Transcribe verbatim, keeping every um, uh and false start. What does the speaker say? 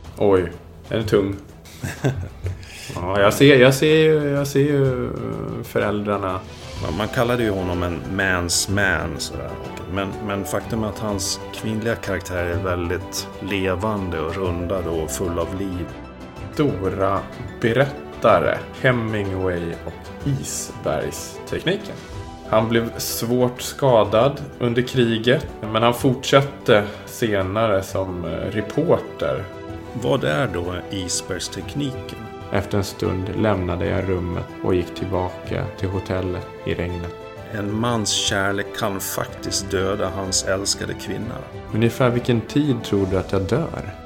Oj, den är tung. Ja, jag ser, jag ser, jag ser ju föräldrarna. Man kallade ju honom en man's man. Sådär. Men, men faktum är att hans kvinnliga karaktär är väldigt levande och rundad och full av liv. Stora berättare, Hemingway och isbergstekniken. Han blev svårt skadad under kriget, men han fortsatte senare som reporter. Vad är då isbergstekniken? Efter en stund lämnade jag rummet och gick tillbaka till hotellet i regnet. En mans kärlek kan faktiskt döda hans älskade kvinna. Ungefär vilken tid tror du att jag dör?